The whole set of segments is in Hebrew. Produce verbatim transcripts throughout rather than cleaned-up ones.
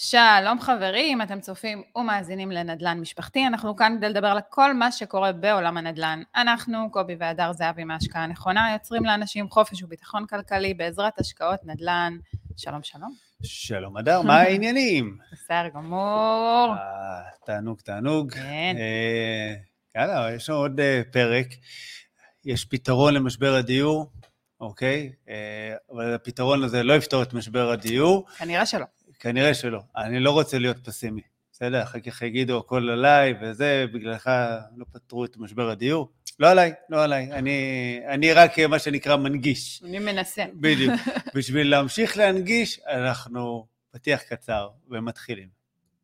שלום חברים, אתם צופים ומאזינים לנדל"ן משפחתי, אנחנו כאן כדי לדבר על כל מה שקורה בעולם הנדל"ן. אנחנו, קובי והדר זהבי מההשקעה הנכונה, יוצרים לאנשים חופש וביטחון כלכלי בעזרת השקעות נדל"ן. שלום שלום. שלום הדר, מה העניינים? בסדר גמור. תענוג, תענוג. כן. יאללה, יש לנו עוד פרק. יש פתרון למשבר הדיור, אוקיי? אבל הפתרון הזה לא יפתור את משבר הדיור. כנראה שלא. כנראה שלא. אני לא רוצה להיות פסימי. בסדר, אחר כך יגידו הכל עליי, וזה, בגללך לא פתרו את משבר הדיור. לא עליי, לא עליי. אני, אני רק מה שנקרא מנגיש. אני מנסה. בדיוק. בשביל להמשיך להנגיש, אנחנו פתיח קצר ומתחילים.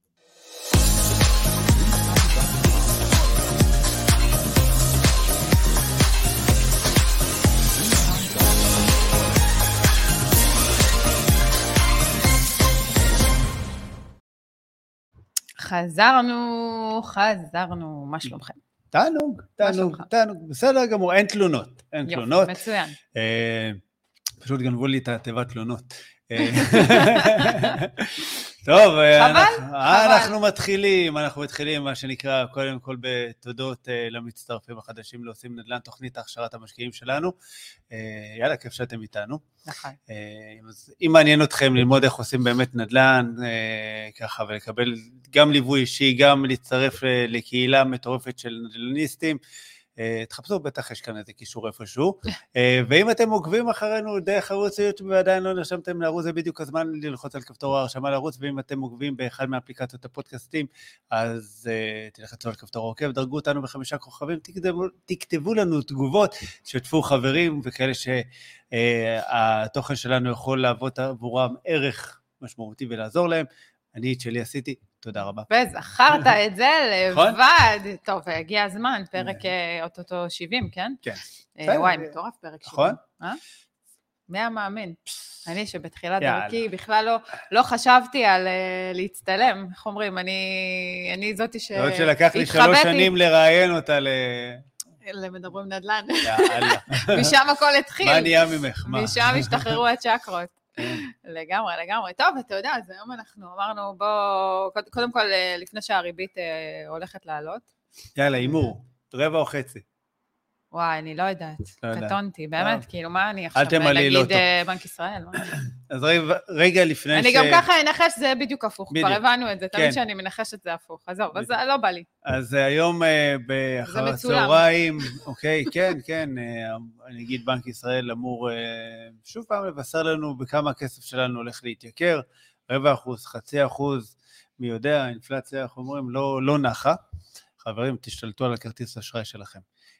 חזרנו, חזרנו, מה שלומכם? תענוג, תענוג, תענוג, בסדר גמור, אין תלונות, אין תלונות. מצוין. פשוט גנבו לי את התיבת תלונות. טוב, אנחנו מתחילים, אנחנו מתחילים מה שנקרא, קודם כל בתודות למצטרפים החדשים לעושים נדל"ן, תוכנית הכשרת המשקיעים שלנו. יאללה, כיף שאתם איתנו. נכון. אם מעניין אתכם ללמוד איך עושים באמת נדל"ן, ככה, ולקבל גם ליווי אישי, גם להצטרף לקהילה מטורפת של נדל"ניסטים, תחפשו, בטח יש כאן איזה קישור איפשהו, ואם אתם עוקבים אחרינו דרך ערוץ היוטיוב ועדיין לא נרשמתם לערוץ, זה בדיוק הזמן ללחוץ על כפתור ההרשמה לערוץ, ואם אתם עוקבים באחד מאפליקציות הפודקאסטים, אז תלחצו על כפתור העוקב, דרגו אותנו בחמישה כוכבים, תכתבו, תכתבו לנו תגובות, שתפו חברים, וכאלה שהתוכן שלנו יכול להוות עבורם ערך משמעותי ולעזור להם. אני את שלי עשיתי, תודה רבה. וזכרת את זה לבד. טוב, הגיע הזמן, פרק אוטוטו שבעים, כן? כן. וואי, מטורף פרק שבעים. נכון? מי המאמין? אני שבתחילת דרכי בכלל לא חשבתי על להצטלם, איך אומרים, אני זאתי שהתחבאתי. זאת שלקח לי שלוש שנים לראיין אותה ל... למדברים נדל"ן. יאללה. משם הכל התחיל. מה נהיה ממך? משם השתחררו הצ'קרות. לגמרי, לגמרי. טוב, אתה יודע, אז היום אנחנו אמרנו, בוא, קודם כל, לפני שהריבית הולכת לעלות. יאללה, אימור, רבע או חצי. וואי, אני לא יודעת, קטונתי, באמת, כאילו, מה אני עכשיו, נגיד בנק ישראל? אז רגע לפני ש... אני גם ככה אנחש, זה בדיוק הפוך, כבר הבנו את זה, תמיד שאני מנחשת זה הפוך, אז זהו, אז לא בא לי. אז היום באחר הצהריים, אוקיי, כן, כן, אני אגיד בנק ישראל אמור שוב פעם לבשר לנו בכמה הכסף שלנו הולך להתייקר, רבע אחוז, חצי אחוז, מי יודע, האינפלציה, אנחנו אומרים, לא נחה, חברים, תשתלטו על הכרטיס האשראי שלכם.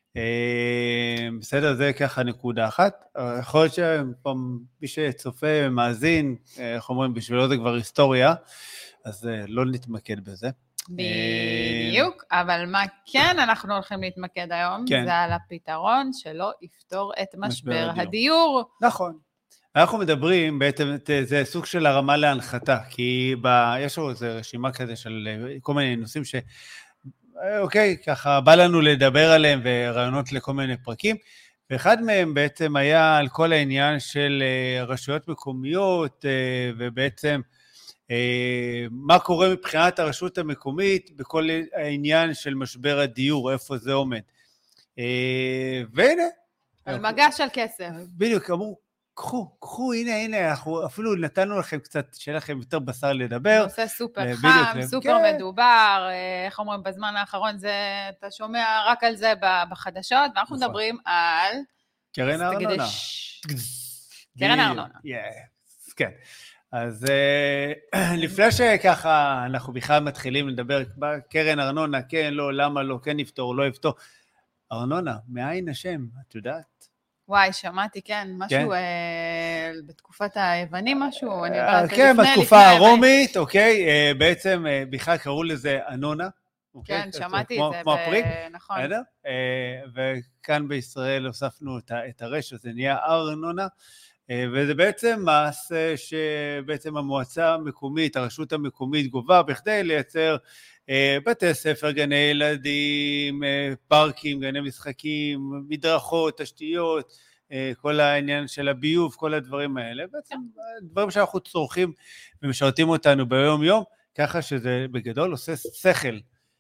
בסדר, זה ככה נקודה אחת. יכול להיות שמי שצופה, מאזין, איך אומרים, בשבילו זה כבר היסטוריה, אז לא נתמקד בזה. בדיוק, אבל מה כן אנחנו הולכים להתמקד היום, זה על הפתרון שלא יפתור את משבר הדיור. נכון. אנחנו מדברים, בעצם זה סוג של הרמה להנחתה, כי יש לו איזו רשימה כזה של כל מיני נושאים ש... אוקיי, ככה בא לנו לדבר עליהם ורעיונות לכל מיני פרקים, ואחד מהם בעצם היה על כל העניין של רשויות מקומיות, ובעצם מה קורה מבחינת הרשות המקומית בכל העניין של משבר הדיור, איפה זה עומד. והנה. על מגע של כסף. בדיוק, אמרו, קחו, קחו, הנה, הנה, אנחנו אפילו נתנו לכם קצת, שיהיה לכם יותר בשר לדבר. נושא סופר חם, סופר מדובר, איך אומרים, בזמן האחרון זה, אתה שומע רק על זה בחדשות, ואנחנו מדברים על... קרן הארנונה. קרן הארנונה. כן. אז לפני שככה אנחנו בכלל מתחילים לדבר, קרן ארנונה, כן, לא, למה לא, כן יפתור, לא יפתור. ארנונה, מאין השם, את יודעת? וואי, שמעתי, כן, משהו בתקופת היוונים, משהו, אני יודעת, כן, בתקופה הרומית, אוקיי, בעצם בכלל קראו לזה אנונה. כן, שמעתי את זה, כמו הפריק, נכון. וכאן בישראל הוספנו את הרש, זה נהיה ארנונה, וזה בעצם מס שבעצם המועצה המקומית, הרשות המקומית גובה, בכדי לייצר בתי ספר, גני ילדים, פארקים, גני משחקים, מדרכות, תשתיות, כל העניין של הביוב, כל הדברים האלה, בעצם דברים שאנחנו צורכים ומשרתים אותנו ביום יום, ככה שזה בגדול עושה שכל.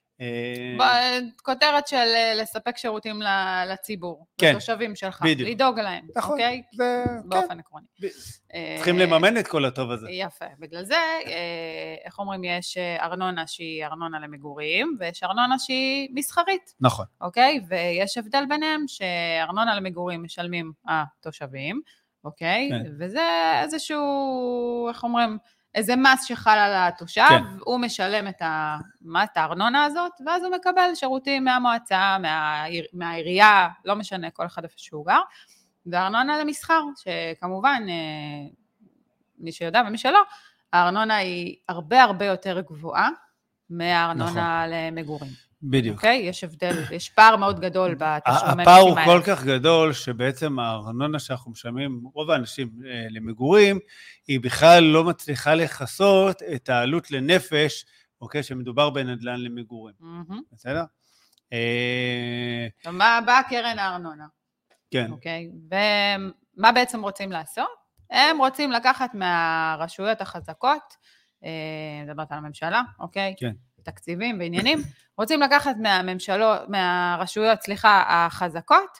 כותרת של לספק שירותים לציבור, לתושבים שלך, לדאוג להם, אוקיי? באופן עקרוני. צריכים לממן את כל הטוב הזה. יפה, בגלל זה, איך אומרים, יש ארנונה שהיא ארנונה למגורים, ויש ארנונה שהיא מסחרית. נכון. אוקיי? ויש הבדל ביניהם שארנונה למגורים משלמים התושבים, אוקיי? וזה איזשהו, איך אומרים, איזה מס שחל על התושב, כן. הוא משלם את הארנונה הזאת, ואז הוא מקבל שירותים מהמועצה, מהעיר, מהעירייה, לא משנה, כל אחד איפה שהוא גר, והארנונה למסחר, שכמובן, מי שיודע ומי שלא, הארנונה היא הרבה הרבה יותר גבוהה, מהארנונה נכון. למגורים. בדיוק. אוקיי? יש הבדל, יש פער מאוד גדול בתשלומי הפער הוא כל כך גדול, שבעצם הארנונה שאנחנו משלמים, רוב האנשים אה, למגורים, היא בכלל לא מצליחה לחסות את העלות לנפש, אוקיי? שמדובר בנדלן למגורים. Mm-hmm. בסדר? אה... מה באה קרן הארנונה? כן. אוקיי? ומה בעצם רוצים לעשות? הם רוצים לקחת מהרשויות החזקות, אה, מדברת על הממשלה, אוקיי? כן. תקציבים ועניינים, רוצים לקחת מהממשלות, מהרשויות, סליחה, החזקות,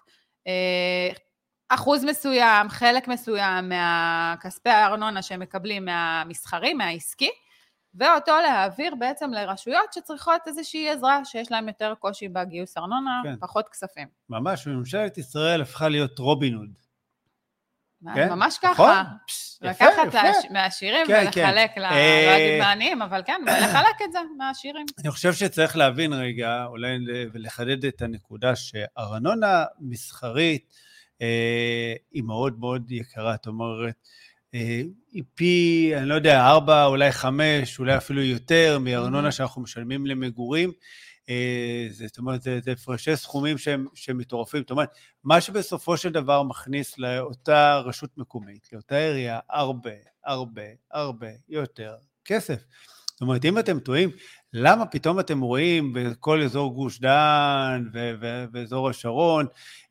אחוז מסוים, חלק מסוים מהכספי הארנונה שהם מקבלים מהמסחרי, מהעסקי, ואותו להעביר בעצם לרשויות שצריכות איזושהי עזרה, שיש להם יותר קושי בגיוס ארנונה, כן. פחות כספים. ממש, ממשלת ישראל הפכה להיות רובין הוד. כן? ממש ככה, נכון? לקחת יפה, יפה. מהשירים כן, ולחלק, כן. ל... אה... לא אגיד מעניים, אבל כן, ולחלק את זה מהשירים. אני חושב שצריך להבין רגע, אולי ולחדד את הנקודה, שארנונה מסחרית אה, היא מאוד מאוד יקרה, זאת אומרת, אה, היא פי, אני לא יודע, ארבע, אולי חמש, אולי אפילו יותר, מארנונה שאנחנו משלמים למגורים, זאת אומרת, זה הפרשי סכומים שהם מתעורפים, זאת אומרת, מה שבסופו של דבר מכניס לאותה רשות מקומית, לאותה עירייה, הרבה, הרבה, הרבה יותר כסף. זאת אומרת, אם אתם טועים, למה פתאום אתם רואים בכל אזור גוש דן ואזור השרון,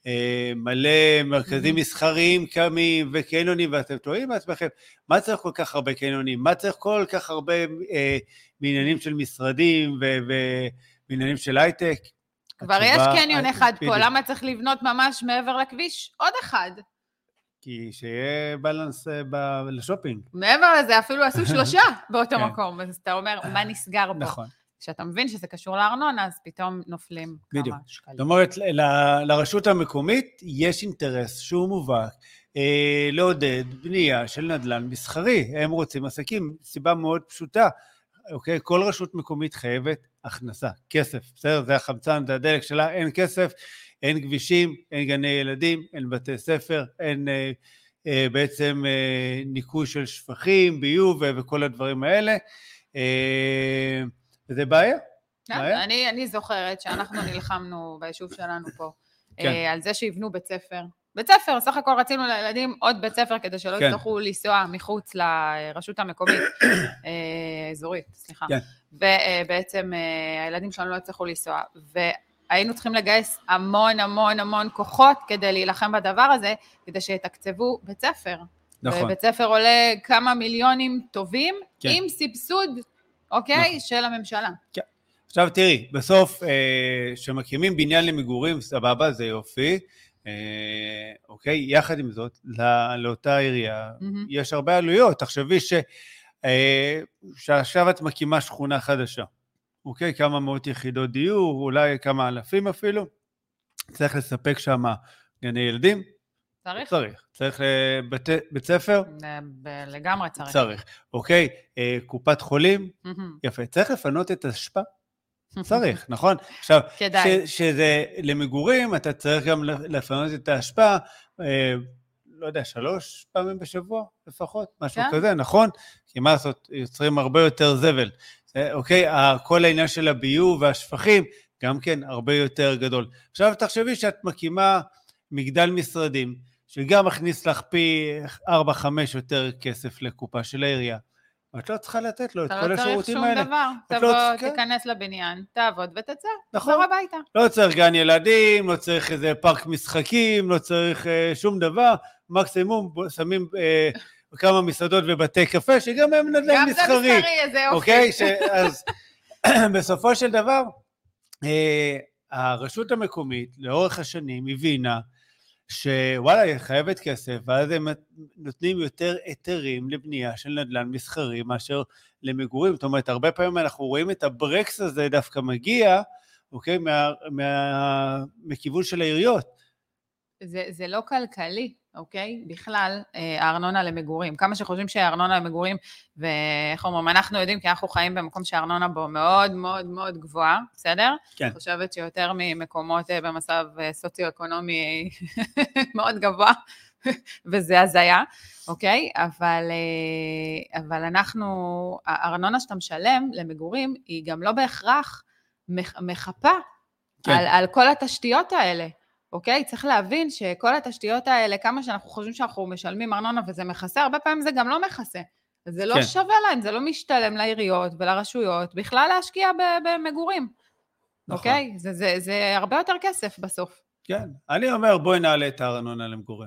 מלא מרכזים מסחריים קמים וקניונים, ואתם טועים בעצמכם, מה צריך כל כך הרבה קניונים? מה צריך כל כך הרבה מעניינים של משרדים ו... בעניינים של הייטק. כבר יש קניון אחד פה, למה צריך לבנות ממש מעבר לכביש? עוד אחד. כי שיהיה בלנס לשופינג. מעבר לזה, אפילו עשו שלושה באותו מקום, אז אתה אומר, מה נסגר בו? נכון. כשאתה מבין שזה קשור לארנונה, אז פתאום נופלים כמה שקלים. זאת אומרת, לרשות המקומית יש אינטרס שהוא מובהק, לעודד בנייה של נדל"ן מסחרי. הם רוצים עסקים, סיבה מאוד פשוטה. אוקיי, כל רשות מקומית חייבת הכנסה, כסף, בסדר? זה החמצן, זה הדלק שלה, אין כסף, אין כבישים, אין גני ילדים, אין בתי ספר, אין אה, אה, בעצם אה, ניקוי של שפכים, ביוב וכל הדברים האלה, אה, וזה בעיה. כן, בעיה? אני, אני זוכרת שאנחנו נלחמנו ביישוב שלנו פה, כן. אה, על זה שיבנו בית ספר, בית ספר, סך הכל רצינו לילדים עוד בית ספר, כדי שלא כן. יצטרכו לנסוע מחוץ לרשות המקומית, אזורית, סליחה. כן. ובעצם הילדים שלנו לא יצטרכו לנסוע, והיינו צריכים לגייס המון המון המון כוחות, כדי להילחם בדבר הזה, כדי שיתקצבו בית ספר. נכון. ובית ספר עולה כמה מיליונים טובים, כן. עם סבסוד, אוקיי, נכון. של הממשלה. כן. עכשיו תראי, בסוף, אה, שמקימים בניין למגורים, סבבה, זה יופי, אוקיי, יחד עם זאת, לאותה עירייה, יש הרבה עלויות. תחשבי שעכשיו את מקימה שכונה חדשה, אוקיי, כמה מאות יחידות דיור, אולי כמה אלפים אפילו, צריך לספק שם גני ילדים? צריך. צריך. צריך בית ספר? לגמרי צריך. צריך, אוקיי, קופת חולים? יפה, צריך לפנות את השפע? צריך, נכון? עכשיו, ש, שזה למגורים, אתה צריך גם לפנות את ההשפעה, אה, לא יודע, שלוש פעמים בשבוע לפחות, משהו כן? כזה, נכון? כי מה לעשות, יוצרים הרבה יותר זבל. אוקיי, כל העניין של הביוב והשפכים, גם כן הרבה יותר גדול. עכשיו, תחשבי שאת מקימה מגדל משרדים, שגם מכניס לך פי ארבע חמש יותר כסף לקופה של העירייה. את לא צריכה לתת לו את אתה כל לא צריך השירותים שום האלה. דבר, את לא תבוא, צריכה- כן. תיכנס לבניין, תעבוד ותצא, נכון. תחזור הביתה. לא צריך גן ילדים, לא צריך איזה פארק משחקים, לא צריך אה, שום דבר, מקסימום בוא- שמים אה, כמה מסעדות ובתי קפה, שגם הם נדל"ן גם זה מסחרי. מסחרי, איזה יופי. אוקיי? ש- אז בסופו של דבר, אה, הרשות המקומית לאורך השנים הבינה שוואלה, היא חייבת כסף, ואז הם נותנים יותר היתרים לבנייה של נדל"ן מסחרי מאשר למגורים. זאת אומרת, הרבה פעמים אנחנו רואים את הברקס הזה דווקא מגיע, אוקיי, מה, מה, מכיוון של העיריות. זה, זה לא כלכלי, אוקיי? בכלל, אה, הארנונה למגורים. כמה שחושבים שהארנונה למגורים, ואיך אומרים, אנחנו יודעים כי אנחנו חיים במקום שהארנונה בו מאוד מאוד מאוד גבוהה, בסדר? כן. אני חושבת שיותר ממקומות אה, במצב אה, סוציו-אקונומי מאוד גבוה, וזה הזיה, אוקיי? אבל, אה, אבל אנחנו, הארנונה שאתה משלם למגורים, היא גם לא בהכרח מח, מחפה כן. על, על כל התשתיות האלה. אוקיי? צריך להבין שכל התשתיות האלה, כמה שאנחנו חושבים שאנחנו משלמים ארנונה וזה מכסה, הרבה פעמים זה גם לא מכסה. זה לא כן. שווה להם, זה לא משתלם לעיריות ולרשויות, בכלל להשקיע במגורים. נכון. אוקיי? זה, זה, זה הרבה יותר כסף בסוף. כן. אני אומר, בואי נעלה את הארנונה למגורים.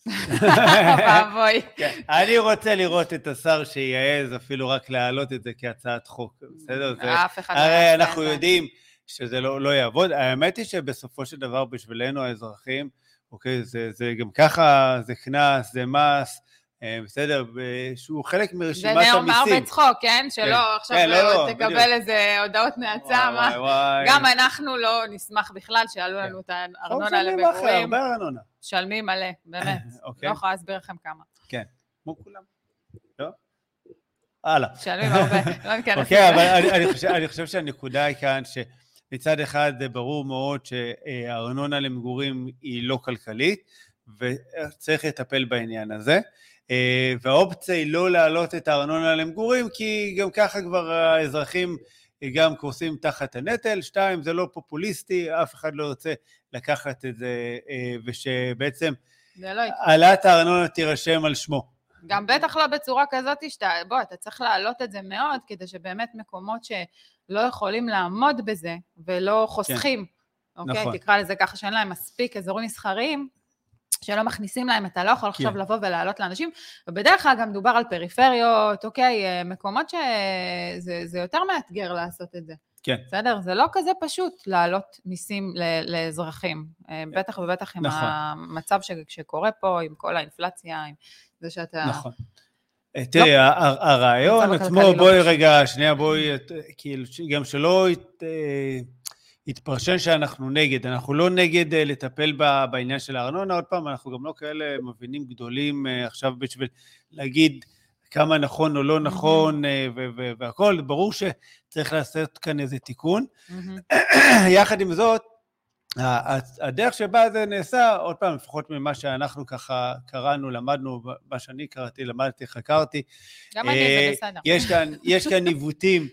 ואבוי. כן. אני רוצה לראות את השר שיעז אפילו רק להעלות את זה כהצעת חוק. בסדר? זה- אף אחד לא הרי יעשה אנחנו את זה. יודעים שזה לא, לא יעבוד. האמת היא שבסופו של דבר בשבילנו האזרחים, אוקיי, זה, זה גם ככה, זה כנס, זה מס, אה, בסדר, שהוא חלק מרשימת זה המיסים. נאמר בצחוק, כן? שלא עכשיו כן, לא, לא, תקבל בדיוק. איזה הודעות נאצה, וואי, וואי, וואי. גם אנחנו לא נשמח בכלל שיעלו לנו את הארנונה משלמים אחרי, למגורים. הרבה ארנונה. משלמים מלא, באמת. אוקיי. לא יכולה להסביר לכם כמה. כן, כמו כולם. לא? הלאה. משלמים הרבה, לא ניכנס אוקיי, לזה. אבל אני, אני, חושב, אני חושב שהנקודה היא כאן שמצד אחד זה ברור מאוד שהארנונה למגורים היא לא כלכלית, וצריך לטפל בעניין הזה. והאופציה היא לא להעלות את הארנונה למגורים, כי גם ככה כבר האזרחים גם קורסים תחת הנטל. שתיים, זה לא פופוליסטי, אף אחד לא רוצה לקחת את זה, ושבעצם זה לא יקרה. העלאת הארנונה תירשם על שמו. גם בטח לא בצורה כזאת שאתה, בוא, אתה צריך להעלות את זה מאוד, כדי שבאמת מקומות שלא יכולים לעמוד בזה, ולא חוסכים, אוקיי? נכון. תקרא לזה ככה שאין להם מספיק אזורים מסחריים, שלא מכניסים להם, אתה לא יכול עכשיו לבוא ולהעלות לאנשים, ובדרך כלל גם דובר על פריפריות, אוקיי, מקומות שזה זה יותר מאתגר לעשות את זה. כן. בסדר? זה לא כזה פשוט להעלות מיסים לאזרחים, בטח ובטח עם נכון. המצב שקורה פה, עם כל האינפלציה, עם זה שאתה... נכון. תראי, הרעיון עצמו, בואי רגע, שנייה, בואי, כאילו, גם שלא יתפרשן שאנחנו נגד, אנחנו לא נגד לטפל בעניין של הארנונה, עוד פעם, אנחנו גם לא כאלה מבינים גדולים עכשיו בשביל להגיד כמה נכון או לא נכון והכל, ברור שצריך לעשות כאן איזה תיקון. יחד עם זאת, הדרך שבה זה נעשה, עוד פעם, לפחות ממה שאנחנו ככה קראנו, למדנו, מה שאני קראתי, למדתי, חקרתי. גם אני, זה בסדר. יש כאן, יש כאן ניווטים,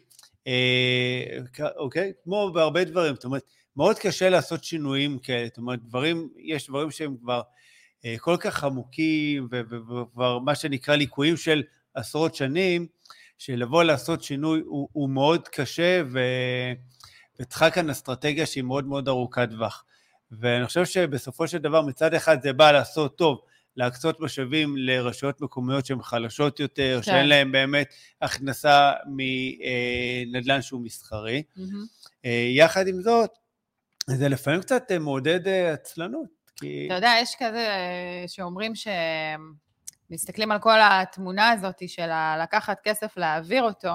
אוקיי? כמו בהרבה דברים, זאת אומרת, מאוד קשה לעשות שינויים כאלה, זאת אומרת, דברים, יש דברים שהם כבר כל כך עמוקים, וכבר מה שנקרא ליקויים של עשרות שנים, שלבוא לעשות שינוי הוא, הוא מאוד קשה, ו... וצריכה כאן אסטרטגיה שהיא מאוד מאוד ארוכת טווח. ואני חושב שבסופו של דבר מצד אחד זה בא לעשות טוב, להקצות משאבים לרשויות מקומיות שהן חלשות יותר, כן. שאין להן באמת הכנסה מנדל"ן שהוא מסחרי. Mm-hmm. יחד עם זאת, זה לפעמים קצת מעודד עצלנות. כי... אתה יודע, יש כזה שאומרים שמסתכלים על כל התמונה הזאת של לקחת כסף להעביר אותו,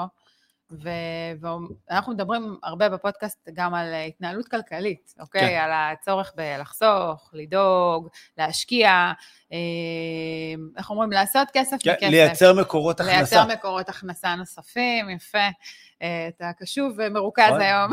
ואנחנו מדברים הרבה בפודקאסט גם על התנהלות כלכלית, אוקיי? כן. על הצורך בלחסוך, לדאוג, להשקיע, איך אומרים, לעשות כסף כן, מכסף. לייצר מקורות הכנסה. לייצר מקורות הכנסה נוספים, יפה. אתה קשוב ומרוכז היום.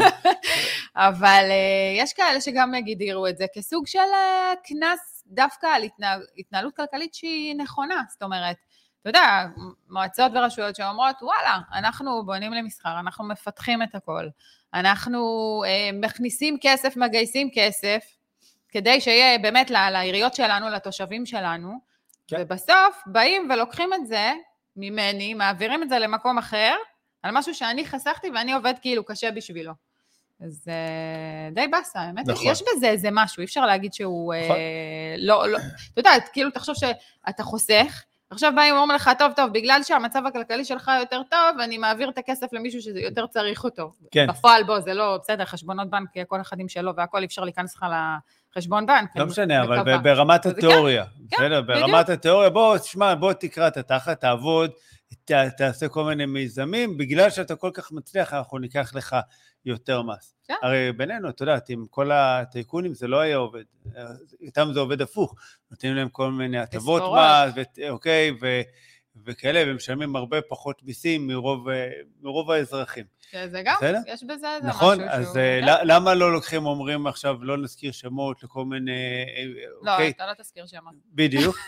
אבל יש כאלה שגם יגידו את זה כסוג של כנס דווקא על התנהלות כלכלית שהיא נכונה, זאת אומרת, אתה יודע, מועצות ורשויות שאומרות, וואלה, אנחנו בונים למסחר, אנחנו מפתחים את הכל, אנחנו אה, מכניסים כסף, מגייסים כסף, כדי שיהיה באמת לעיריות שלנו, לתושבים שלנו, כן. ובסוף באים ולוקחים את זה, ממני, מעבירים את זה למקום אחר, על משהו שאני חסכתי ואני עובד כאילו קשה בשבילו. אז uh, די בסה, האמת. נכון. יש בזה איזה משהו, אי אפשר להגיד שהוא... נכון. Uh, לא, לא, אתה יודע, כאילו תחשוב שאתה חוסך, עכשיו באים ואומרים לך, טוב, טוב, בגלל שהמצב הכלכלי שלך יותר טוב, אני מעביר את הכסף למישהו שיותר צריך אותו. כן. בפועל בו, זה לא, בסדר, חשבונות בנק, כל אחד עם שלו, והכל אפשר להיכנס לך לחשבון בנק. לא משנה, אבל ברמת התיאוריה. בסדר, ברמת התיאוריה, בוא, תשמע, בוא תקרא את התחת, תעבוד, תעשה כל מיני מיזמים, בגלל שאתה כל כך מצליח, אנחנו ניקח לך יותר מס. הרי בינינו, אתה יודעת, עם כל הטייקונים זה לא היה עובד, איתם זה עובד הפוך, נותנים להם כל מיני הטבות מס, אוקיי, וכאלה, והם משלמים הרבה פחות מיסים מרוב האזרחים. זה גם, יש בזה זה משהו. נכון, אז למה לא לוקחים, אומרים עכשיו, לא נזכיר שמות לכל מיני... לא, אתה לא תזכיר שמות. בדיוק,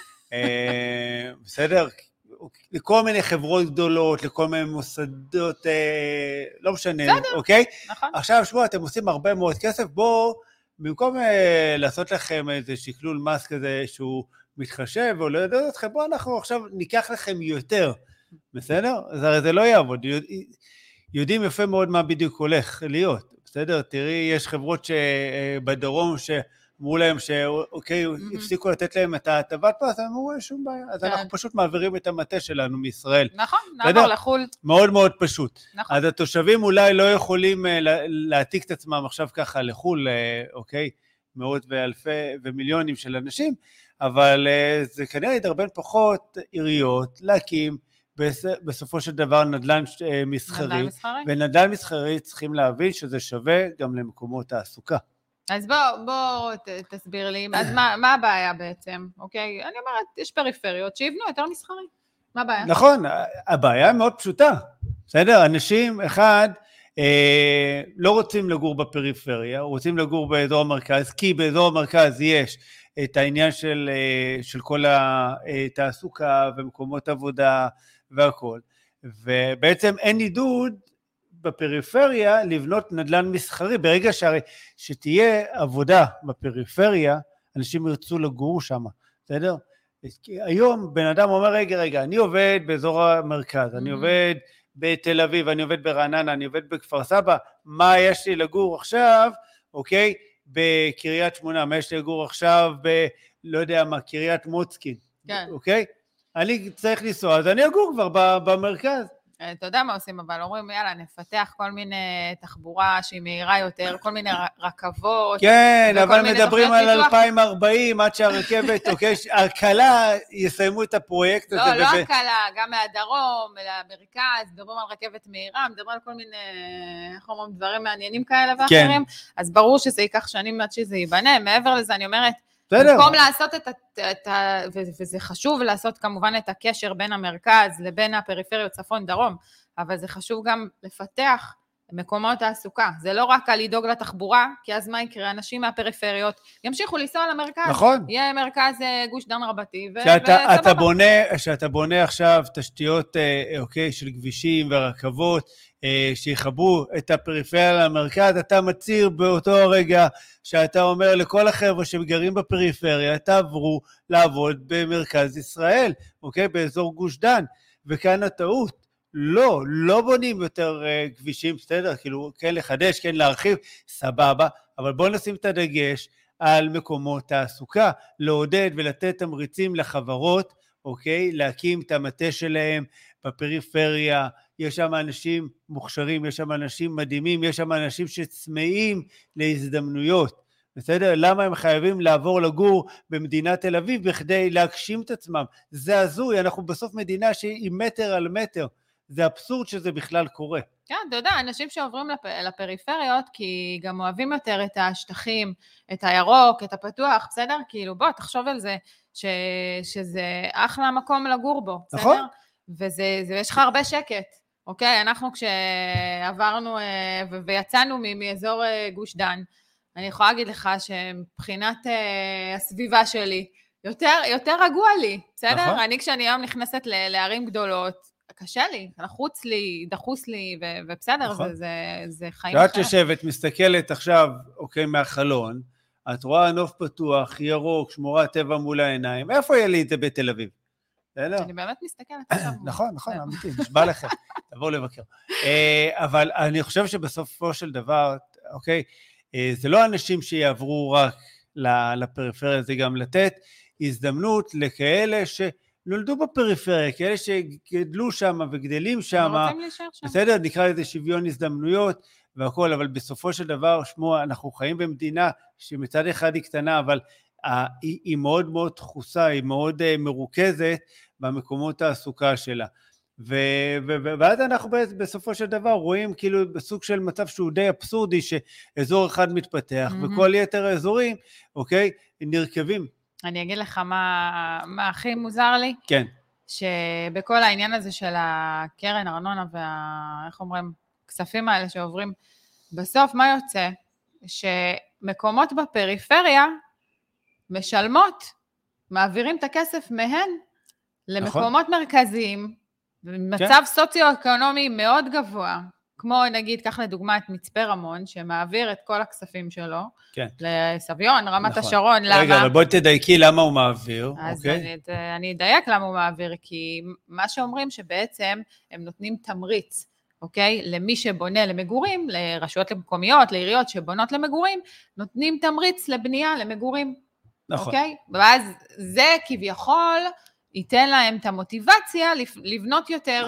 בסדר? לכל מיני חברות גדולות, לכל מיני מוסדות, אה, לא משנה, בסדר, אוקיי? נכון. עכשיו, שבו, אתם עושים הרבה מאוד כסף, בואו, במקום אה, לעשות לכם איזה שקלול מס כזה שהוא מתחשב, או לא יודע אתכם, בואו אנחנו עכשיו ניקח לכם יותר, בסדר? אז הרי זה לא יעבוד, יודעים יפה מאוד מה בדיוק הולך להיות, בסדר? תראי, יש חברות שבדרום ש... אמרו להם שאוקיי, הפסיקו לתת להם את ההטבת פס, אמרו, אין שום בעיה, אז אנחנו פשוט מעבירים את המטה שלנו מישראל. נכון, נעבור לחול. מאוד מאוד פשוט. אז התושבים אולי לא יכולים להעתיק את עצמם עכשיו ככה לחול, אוקיי, מאות ואלפי ומיליונים של אנשים, אבל זה כנראה ידרבן פחות עיריות להקים בסופו של דבר נדל"ן מסחרי, ונדל"ן מסחרי צריכים להבין שזה שווה גם למקומות תעסוקה. אז בוא, בוא תסביר לי, אז מה, מה הבעיה בעצם, אוקיי? אני אומרת, יש פריפריות שיבנו יותר מסחרי, מה הבעיה? נכון, הבעיה מאוד פשוטה, בסדר? אנשים, אחד, אה, לא רוצים לגור בפריפריה, רוצים לגור באזור המרכז, כי באזור המרכז יש את העניין של, אה, של כל התעסוקה ומקומות עבודה והכל, ובעצם אין עידוד, בפריפריה לבנות נדל"ן מסחרי, ברגע שהרי שתהיה עבודה בפריפריה, אנשים ירצו לגור שם, בסדר? היום בן אדם אומר, רגע, רגע, אני עובד באזור המרכז, אני עובד בתל אביב, אני עובד ברעננה, אני עובד בכפר סבא, מה יש לי לגור עכשיו, אוקיי? בקריית שמונה, מה יש לי לגור עכשיו ב, לא יודע מה, קריית מוצקין, אוקיי? אני צריך לנסוע, אז אני אגור כבר במרכז. אתה יודע מה עושים, אבל אומרים, יאללה, נפתח כל מיני תחבורה שהיא מהירה יותר, כל מיני רכבות. כן, אבל מדברים על אלפיים וארבעים, עד שהרכבת, אוקיי, הקלה יסיימו את הפרויקט הזה. לא, לא הקלה, גם מהדרום, למרכז, מדברים על רכבת מהירה, מדברים על כל מיני, איך אומרים, דברים מעניינים כאלה ואחרים, אז ברור שזה ייקח שנים עד שזה ייבנה, מעבר לזה אני אומרת, במקום לעשות את, את ה... וזה חשוב לעשות כמובן את הקשר בין המרכז לבין הפריפריות צפון דרום, אבל זה חשוב גם לפתח מקומות תעסוקה. זה לא רק על לדאוג לתחבורה, כי אז מה יקרה? אנשים מהפריפריות ימשיכו לנסוע למרכז. נכון. יהיה מרכז גוש דן רבתי. ו... שאתה, אתה בונה, שאתה בונה עכשיו תשתיות, אוקיי, של כבישים ורכבות, שיחברו את הפריפריה למרכז, אתה מציר באותו הרגע שאתה אומר לכל החבר'ה שגרים בפריפריה, תעברו לעבוד במרכז ישראל, אוקיי? באזור גוש דן, וכאן הטעות, לא, לא בונים יותר uh, כבישים, בסדר, כאילו, כן לחדש, כן להרחיב, סבבה, אבל בואו נשים את הדגש על מקומות תעסוקה, לעודד ולתת תמריצים לחברות, אוקיי? להקים את המטה שלהם בפריפריה, יש שם אנשים מוכשרים, יש שם אנשים מדהימים, יש שם אנשים שצמאים להזדמנויות, בסדר? למה הם חייבים לעבור לגור במדינת תל אביב בכדי להגשים את עצמם? זה הזוי, אנחנו בסוף מדינה שהיא מטר על מטר, זה אבסורד שזה בכלל קורה. כן, אתה יודע, אנשים שעוברים לפ... לפריפריות, כי גם אוהבים יותר את השטחים, את הירוק, את הפתוח, בסדר? כאילו, בוא, תחשוב על זה, ש... שזה אחלה מקום לגור בו, בסדר? נכון. וזה, זה, יש לך הרבה שקט. אוקיי, אנחנו כשעברנו ו... ויצאנו מאזור גוש דן, אני יכולה להגיד לך שמבחינת הסביבה שלי, יותר, יותר רגוע לי, בסדר? נכון. אני כשאני היום נכנסת לערים גדולות, קשה לי, לחוץ לי, דחוס לי, ו- ובסדר, נכון. זה, זה, זה חיים אחר. ואת יושבת, מסתכלת עכשיו, אוקיי, מהחלון, את רואה נוף פתוח, ירוק, שמורת טבע מול העיניים, איפה יהיה לי את זה בתל אביב? אני באמת מסתכלת עכשיו. נכון, נכון, אמיתי, נשבע לכם, תבואו לבקר. אבל אני חושב שבסופו של דבר, אוקיי, זה לא אנשים שיעברו רק לפריפריה, זה גם לתת הזדמנות לכאלה שנולדו בפריפריה, כאלה שגדלו שם וגדלים שם, ורוצים להישאר שם. בסדר, נקרא לזה שוויון הזדמנויות והכל, אבל בסופו של דבר, שמוע, אנחנו חיים במדינה שמצד אחד היא קטנה, אבל היא, היא מאוד מאוד דחוסה, היא מאוד uh, מרוכזת במקומות תעסוקה שלה. ו, ו, ו, ואז אנחנו בסופו של דבר רואים כאילו בסוג של מצב שהוא די אבסורדי, שאזור אחד מתפתח, mm-hmm. וכל יתר האזורים, אוקיי, נרכבים. אני אגיד לך מה, מה הכי מוזר לי? כן. שבכל העניין הזה של הקרן, ארנונה, וה, איך אומרים, כספים האלה שעוברים, בסוף מה יוצא? שמקומות בפריפריה, משלמות, מעבירים את הכסף מהן למקומות נכון. מרכזיים, במצב כן. סוציו-אקונומי מאוד גבוה, כמו נגיד, כך לדוגמה את מצפה רמון, שמעביר את כל הכספים שלו, כן. לסביון, רמת נכון. השרון, למה? רגע, אבל בואי תדייקי למה הוא מעביר. אז אוקיי? אני, אני אדייק למה הוא מעביר, כי מה שאומרים שבעצם הם נותנים תמריץ, אוקיי? למי שבונה למגורים, לרשויות מקומיות, לעיריות שבונות למגורים, נותנים תמריץ לבנייה למגורים. נכון. אוקיי? ואז זה כביכול ייתן להם את המוטיבציה לבנות יותר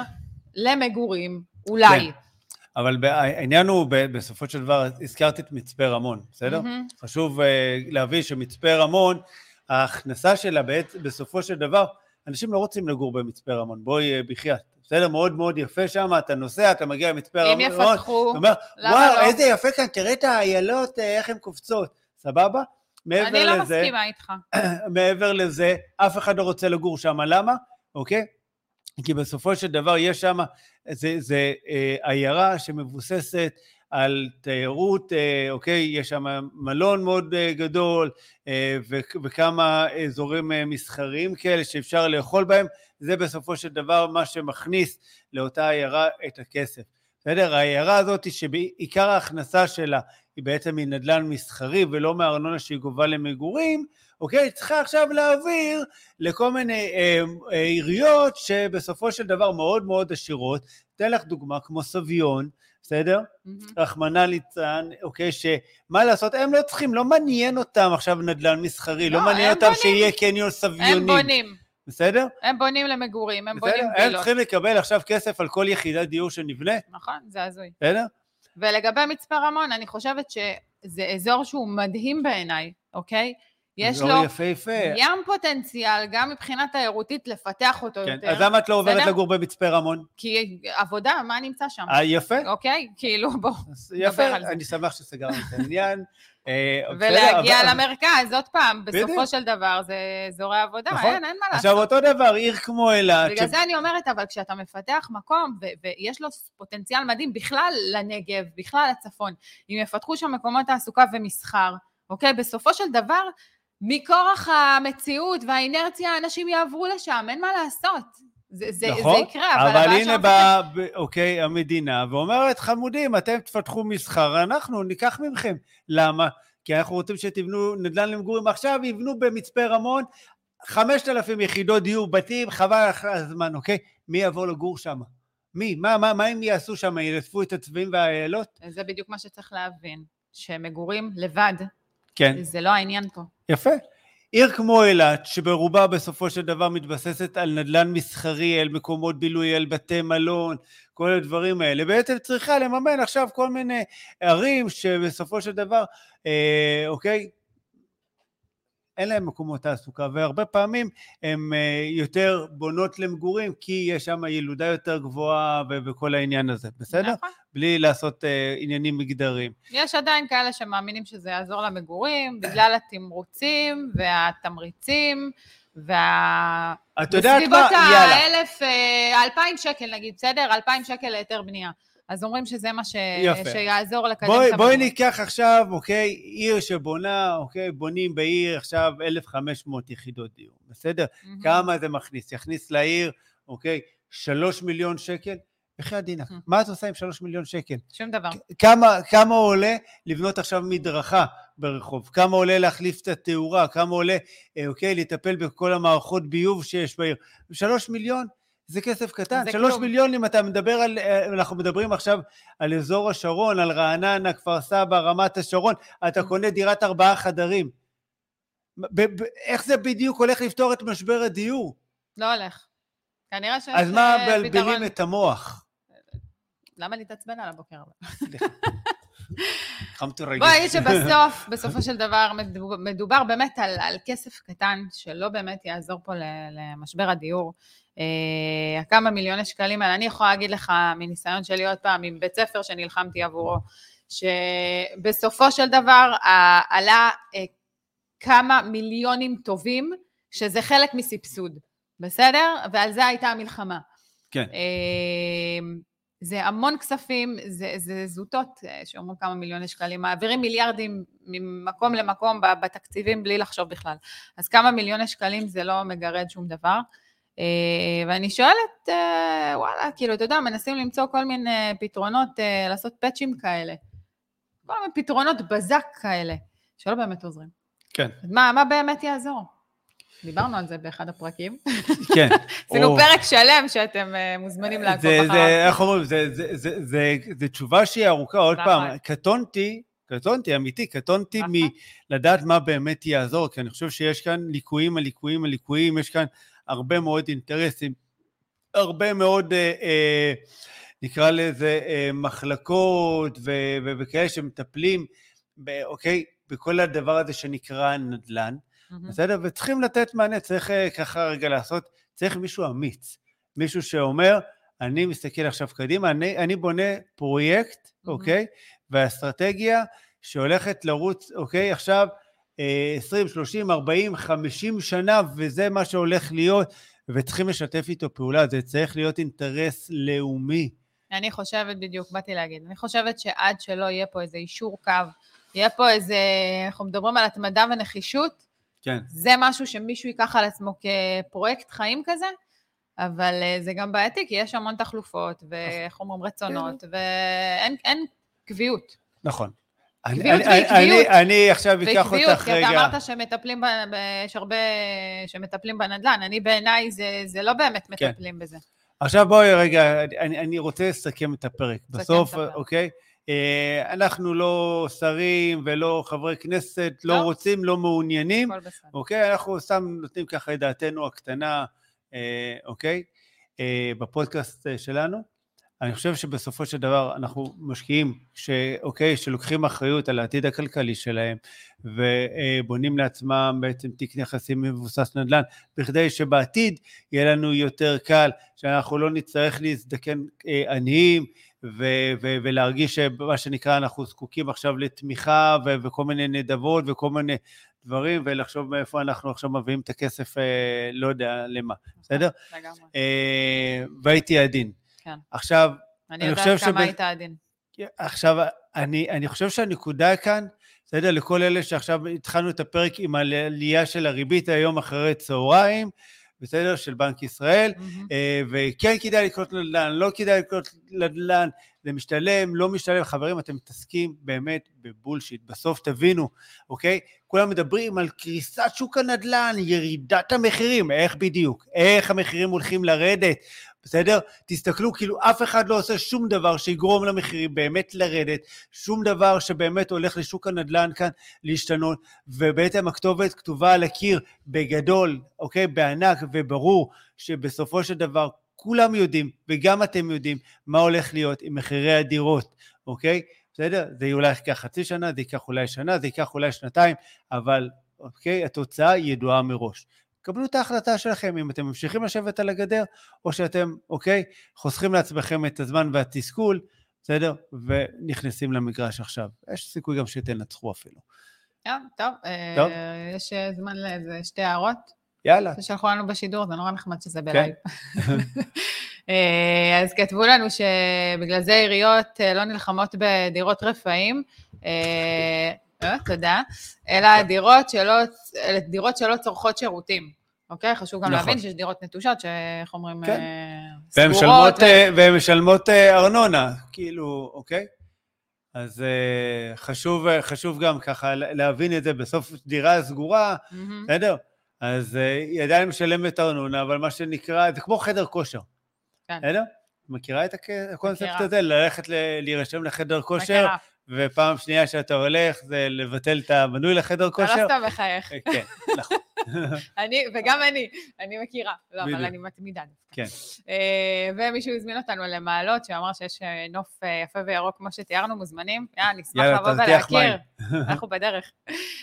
למגורים, אולי. כן. אבל העניין הוא, בסופו של דבר, הזכרתי את מצפה רמון, בסדר? Mm-hmm. חשוב uh, להבין שמצפה רמון, ההכנסה שלה בסופו של דבר, אנשים לא רוצים לגור במצפה רמון, בואי uh, בחייאת. בסדר, מאוד מאוד יפה שם, אתה נוסע, אתה מגיע למצפה רמון. אם יפתחו, אומר, וואו, לא? איזה יפה כאן, תראה את האיילות, איך הן קופצות, סבבה? אני לא לזה, מסכימה איתך. מעבר לזה, אף אחד לא רוצה לגור שם, למה? אוקיי? כי בסופו של דבר יש שם, זה, זה אה, עיירה שמבוססת על תיירות, אה, אוקיי? יש שם מלון מאוד אה, גדול, אה, ו- וכמה אזורים אה, מסחריים כאלה שאפשר לאכול בהם, זה בסופו של דבר מה שמכניס לאותה עיירה את הכסף. בסדר? העיירה הזאת שבעיקר ההכנסה שלה היא בעצם מנדלן מסחרי ולא מארנונה שהיא גובה למגורים, אוקיי? צריכה עכשיו להעביר לכל מיני אה, אה, עיריות שבסופו של דבר מאוד מאוד עשירות. אתן לך דוגמה כמו סביון, בסדר? Mm-hmm. רחמנא ליצלן, אוקיי, שמה לעשות? הם לא צריכים, לא מעניין אותם עכשיו נדלן מסחרי, לא, לא מעניין אותם בונים. שיהיה קניון סביונים. הם בונים. בסדר? הם בונים למגורים, הם בסדר? בונים וילות. הם צריכים לקבל עכשיו כסף על כל יחידת דיור שנבנה. נכון, זה הזוי. בסדר? ולגבי מצפה רמון, אני חושבת שזה אזור שהוא מדהים בעיניי, אוקיי? יש לו יפה, יפה. ים פוטנציאל, גם מבחינה תיירותית, לפתח אותו כן, יותר. אז למה את לא עוברת לגור במצפה רמון? כי עבודה, מה נמצא שם? אה, יפה. אוקיי? כאילו, בוא, יפה, אני שמח שסגרנו את העניין. ולהגיע למרכז, עוד פעם, בסופו של דבר, זה אזורי עבודה, אין, אין מה לעשות. עכשיו, אותו דבר, עיר כמו אילת. בגלל זה אני אומרת, אבל כשאתה מפתח מקום, ויש לו פוטנציאל מדהים בכלל לנגב, בכלל לצפון, אם יפתחו שם מקומות תעסוקה ומסחר, אוקיי? בסופו של דבר, מכורח המציאות והאינרציה, אנשים יעברו לשם, אין מה לעשות. זה, זה, נכון, זה יקרה, אבל, אבל הנה באה, ב... אוקיי, המדינה, ואומרת, חמודים, אתם תפתחו מסחר, אנחנו ניקח ממכם. למה? כי אנחנו רוצים שתבנו נדל"ן למגורים, עכשיו יבנו במצפה רמון, חמשת אלפים יחידות דיור בתים, חבל אחרי הזמן, אוקיי? מי יבוא לגור שם? מי? מה, מה, מה הם יעשו שם? ילטפו את הצבעים והאיילות? זה בדיוק מה שצריך להבין, שמגורים לבד, כן. זה לא העניין פה. יפה. עיר כמו אילת, שברובה בסופו של דבר מתבססת על נדל"ן מסחרי, על מקומות בילוי, על בתי מלון, כל הדברים האלה, בעצם צריכה לממן עכשיו כל מיני ערים שבסופו של דבר, אה, אוקיי, אין להם מקומות תעסוקה, והרבה פעמים הם אה, יותר בונות למגורים, כי יש שם ילודה יותר גבוהה וכל העניין הזה, בסדר? נכון. בלי לעשות אה, עניינים מגדרים. יש עדיין כאלה שמאמינים שזה יעזור למגורים, בגלל התמרוצים והתמריצים, וה... את יודעת מה? יאללה. האלף, אלפיים שקל נגיד, בסדר? אלפיים שקל ליותר בנייה. אז אומרים שזה מה ש... שיעזור לקדם בואי, את המגורים. בואי ניקח עכשיו, אוקיי, עיר שבונה, אוקיי, בונים בעיר עכשיו אלף וחמש מאות יחידות דיור, בסדר? Mm-hmm. כמה זה מכניס? יכניס לעיר, אוקיי, שלוש מיליון שקל, איך ידעינה? מה את עושה עם שלוש מיליון שקל? שום דבר. כמה, כמה עולה לבנות עכשיו מדרכה ברחוב? כמה עולה להחליף את התאורה? כמה עולה, אוקיי, לטפל בכל המערכות ביוב שיש בעיר? שלוש מיליון? זה כסף קטן. זה שלוש כלום. מיליון, אם אתה מדבר על, אנחנו מדברים עכשיו על אזור השרון, על רעננה, כפר סבא, רמת השרון, אתה קונה דירת ארבעה חדרים. ב- ב- איך זה בדיוק הולך לפתור את משבר הדיור? לא הולך. כנראה שיש אז מה פתרון. בלבלים את המוח? למה להתעצבן על הבוקר? סליחה. חמתי רגע. בוא נגיד שבסוף, בסופו של דבר, מדובר באמת על, על כסף קטן, שלא באמת יעזור פה למשבר הדיור. אה, כמה מיליוני שקלים, אני יכולה להגיד לך מניסיון שלי עוד פעם, עם בית ספר שנלחמתי עבורו, שבסופו של דבר עלה אה, כמה מיליונים טובים, שזה חלק מסבסוד, בסדר? ועל זה הייתה המלחמה. כן. אה, זה המון כספים, זה, זה זוטות, שאומרים כמה מיליוני שקלים, מעבירים מיליארדים ממקום למקום בתקציבים בלי לחשוב בכלל. אז כמה מיליוני שקלים זה לא מגרד שום דבר. ואני שואלת, וואלה, כאילו, אתה יודע, מנסים למצוא כל מיני פתרונות, לעשות פאצ'ים כאלה. כל מיני פתרונות בזק כאלה, שלא באמת עוזרים. כן. מה, מה באמת יעזור? דיברנו על זה באחד הפרקים. כן. עשינו פרק שלם שאתם מוזמנים לעקוב אחריו. איך אומרים, זה תשובה שהיא ארוכה, עוד פעם, קטונתי, קטונתי, אמיתי, קטונתי מלדעת מה באמת יעזור, כי אני חושב שיש כאן ליקויים על ליקויים על ליקויים, יש כאן הרבה מאוד אינטרסים, הרבה מאוד, נקרא לזה, מחלקות וכאלה שמטפלים, אוקיי, בכל הדבר הזה שנקרא נדל"ן, בסדר? וצריכים לתת מענה, צריך ככה רגע לעשות, צריך מישהו אמיץ, מישהו שאומר, אני מסתכל עכשיו קדימה, אני, אני בונה פרויקט, אוקיי? והאסטרטגיה שהולכת לרוץ, אוקיי? עכשיו עשרים, שלושים, ארבעים, חמישים שנה, וזה מה שהולך להיות, וצריכים לשתף איתו פעולה, זה צריך להיות אינטרס לאומי. אני חושבת בדיוק, באתי להגיד, אני חושבת שעד שלא יהיה פה איזה אישור קו, יהיה פה איזה, אנחנו מדברים על התמדה ונחישות, כן. זה משהו שמישהו ייקח על עצמו כפרויקט חיים כזה, אבל זה גם בעייתי, כי יש המון תחלופות, ואיך אומרים רצונות, ואין אין קביעות. נכון. קביעות ועקביות. אני עכשיו אקח אותך רגע. כי אתה אמרת שמטפלים, יש הרבה שמטפלים בנדל"ן, אני בעיניי זה לא באמת מטפלים בזה. עכשיו בואי רגע, אני רוצה לסכם את הפרק. בסוף, אוקיי? אנחנו לא שרים ולא חברי כנסת, לא רוצים, לא מעוניינים, אוקיי? אנחנו סתם נותנים ככה את דעתנו הקטנה, אוקיי? בפודקאסט שלנו. אני חושב שבסופו של דבר אנחנו משקיעים, אוקיי, שלוקחים אחריות על העתיד הכלכלי שלהם, ובונים לעצמם בעצם תיק נכסים מבוסס נדל"ן, בכדי שבעתיד יהיה לנו יותר קל, שאנחנו לא נצטרך להזדקן עניים, ו- ו- ולהרגיש שמה שנקרא אנחנו זקוקים עכשיו לתמיכה ו- וכל מיני נדבות וכל מיני דברים, ולחשוב מאיפה אנחנו עכשיו מביאים את הכסף, אה, לא יודע למה, בסדר? לגמרי. אה, והייתי עדין. כן. עכשיו, אני יודעת כמה היית עדין. עכשיו, אני, אני חושב שהנקודה כאן, בסדר, לכל אלה שעכשיו התחלנו את הפרק עם העלייה של הריבית היום אחרי צהריים, בסדר, של בנק ישראל, וכן כדאי לקנות נדל"ן, לא כדאי לקנות נדל"ן, זה משתלם, לא משתלם, חברים, אתם מתעסקים באמת בבולשיט, בסוף תבינו, אוקיי? כולם מדברים על קריסת שוק הנדל"ן, ירידת המחירים, איך בדיוק? איך המחירים הולכים לרדת? בסדר? תסתכלו, כאילו אף אחד לא עושה שום דבר שיגרום למחירים באמת לרדת, שום דבר שבאמת הולך לשוק הנדל"ן כאן להשתנות, ובעצם הכתובת כתובה על הקיר בגדול, אוקיי? בענק וברור, שבסופו של דבר כולם יודעים, וגם אתם יודעים, מה הולך להיות עם מחירי הדירות, אוקיי? בסדר? זה אולי ייקח חצי שנה, זה ייקח אולי שנה, זה ייקח אולי שנתיים, אבל אוקיי? התוצאה ידועה מראש. קבלו את ההחלטה שלכם, אם אתם ממשיכים לשבת על הגדר, או שאתם, אוקיי, חוסכים לעצמכם את הזמן והתסכול, בסדר? ונכנסים למגרש עכשיו. יש סיכוי גם שתנצחו אפילו. טוב, טוב. טוב. יש זמן לאיזה שתי הערות? יאללה. ששלחו לנו בשידור, זה נורא נחמד שזה בלייב. אז כתבו לנו שבגלל זה עיריות לא נלחמות בדירות רפאים, תודה, אלא דירות שלא, דירות שלא צורכות שירותים, אוקיי? חשוב גם להבין שיש דירות נטושות, שאיך אומרים, סגורות. והן משלמות ארנונה, כאילו, אוקיי? אז חשוב, חשוב גם ככה להבין את זה, בסוף דירה סגורה, בסדר? אז היא עדיין משלמת ארנונה, אבל מה שנקרא, זה כמו חדר כושר, בסדר? מכירה את הקונספט הזה? ללכת להירשם לחדר כושר, ופעם שנייה שאתה הולך, זה לבטל את המנוי לחדר כושר. אתה לא סתם מחייך. כן, נכון. וגם אני, אני מכירה, לא, אבל אני מתמידה. כן. ומישהו הזמין אותנו למעלות, שאמר שיש נוף יפה וירוק, כמו שתיארנו, מוזמנים. יאללה, נשמח לבוא ולהכיר. אנחנו בדרך.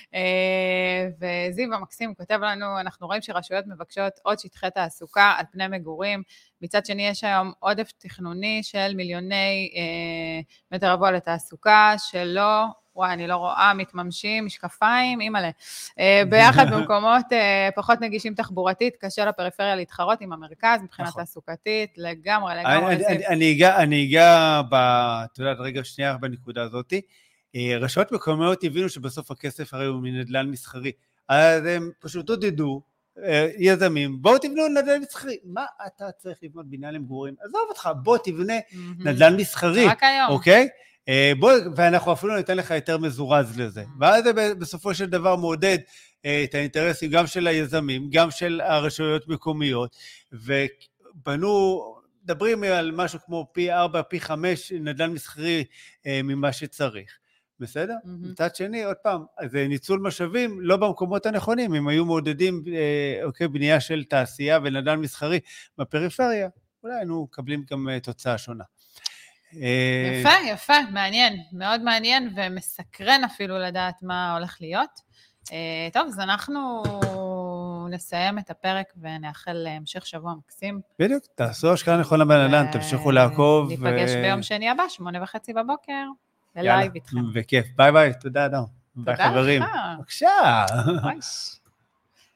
וזיו המקסים כותב לנו, אנחנו רואים שרשויות מבקשות עוד שטחי תעסוקה על פני מגורים, מצד שני יש היום עודף תכנוני של מיליוני מטר רבוע לתעסוקה, שלא, וואי, אני לא רואה, מתממשים, משקפיים, אימאלה. ביחד במקומות פחות נגישים תחבורתית, קשה לפריפריה להתחרות עם המרכז, מבחינה תעסוקתית, לגמרי, לגמרי. אני אגע, אתה יודע, רגע שנייה בנקודה הזאת, רשויות מקומיות הבינו שבסוף הכסף הרי הוא מנדל"ן מסחרי, אז הם פשוט עודדו, יזמים, בואו תבנו נדל"ן מסחרי. מה אתה צריך לבנות בניין למגורים? עזוב אותך, בוא תבנה נדל"ן מסחרי. רק היום. אוקיי? בוא, ואנחנו אפילו ניתן לך יותר מזורז לזה. ואז זה בסופו של דבר מעודד את האינטרסים גם של היזמים, גם של הרשויות מקומיות, ובנו, מדברים על משהו כמו פי ארבע, פי חמש נדל"ן מסחרי ממה שצריך. בסדר? Mm-hmm. מצד שני, עוד פעם, זה ניצול משאבים לא במקומות הנכונים, אם היו מעודדים אה, אוקיי, בנייה של תעשייה ונדל"ן מסחרי בפריפריה, אולי היינו מקבלים גם אה, תוצאה שונה. יפה, אה... יפה, מעניין, מאוד מעניין ומסקרן אפילו לדעת מה הולך להיות. אה, טוב, אז אנחנו נסיים את הפרק ונאחל המשך שבוע מקסים. בדיוק, תעשו השקעה נכונה בנדל"ן, ו... תמשיכו לעקוב. ניפגש ו... ביום שני הבא, שמונה וחצי בבוקר. לייב איתכם. וכיף, ביי ביי, תודה אדם. ביי חברים. תודה לך. בבקשה.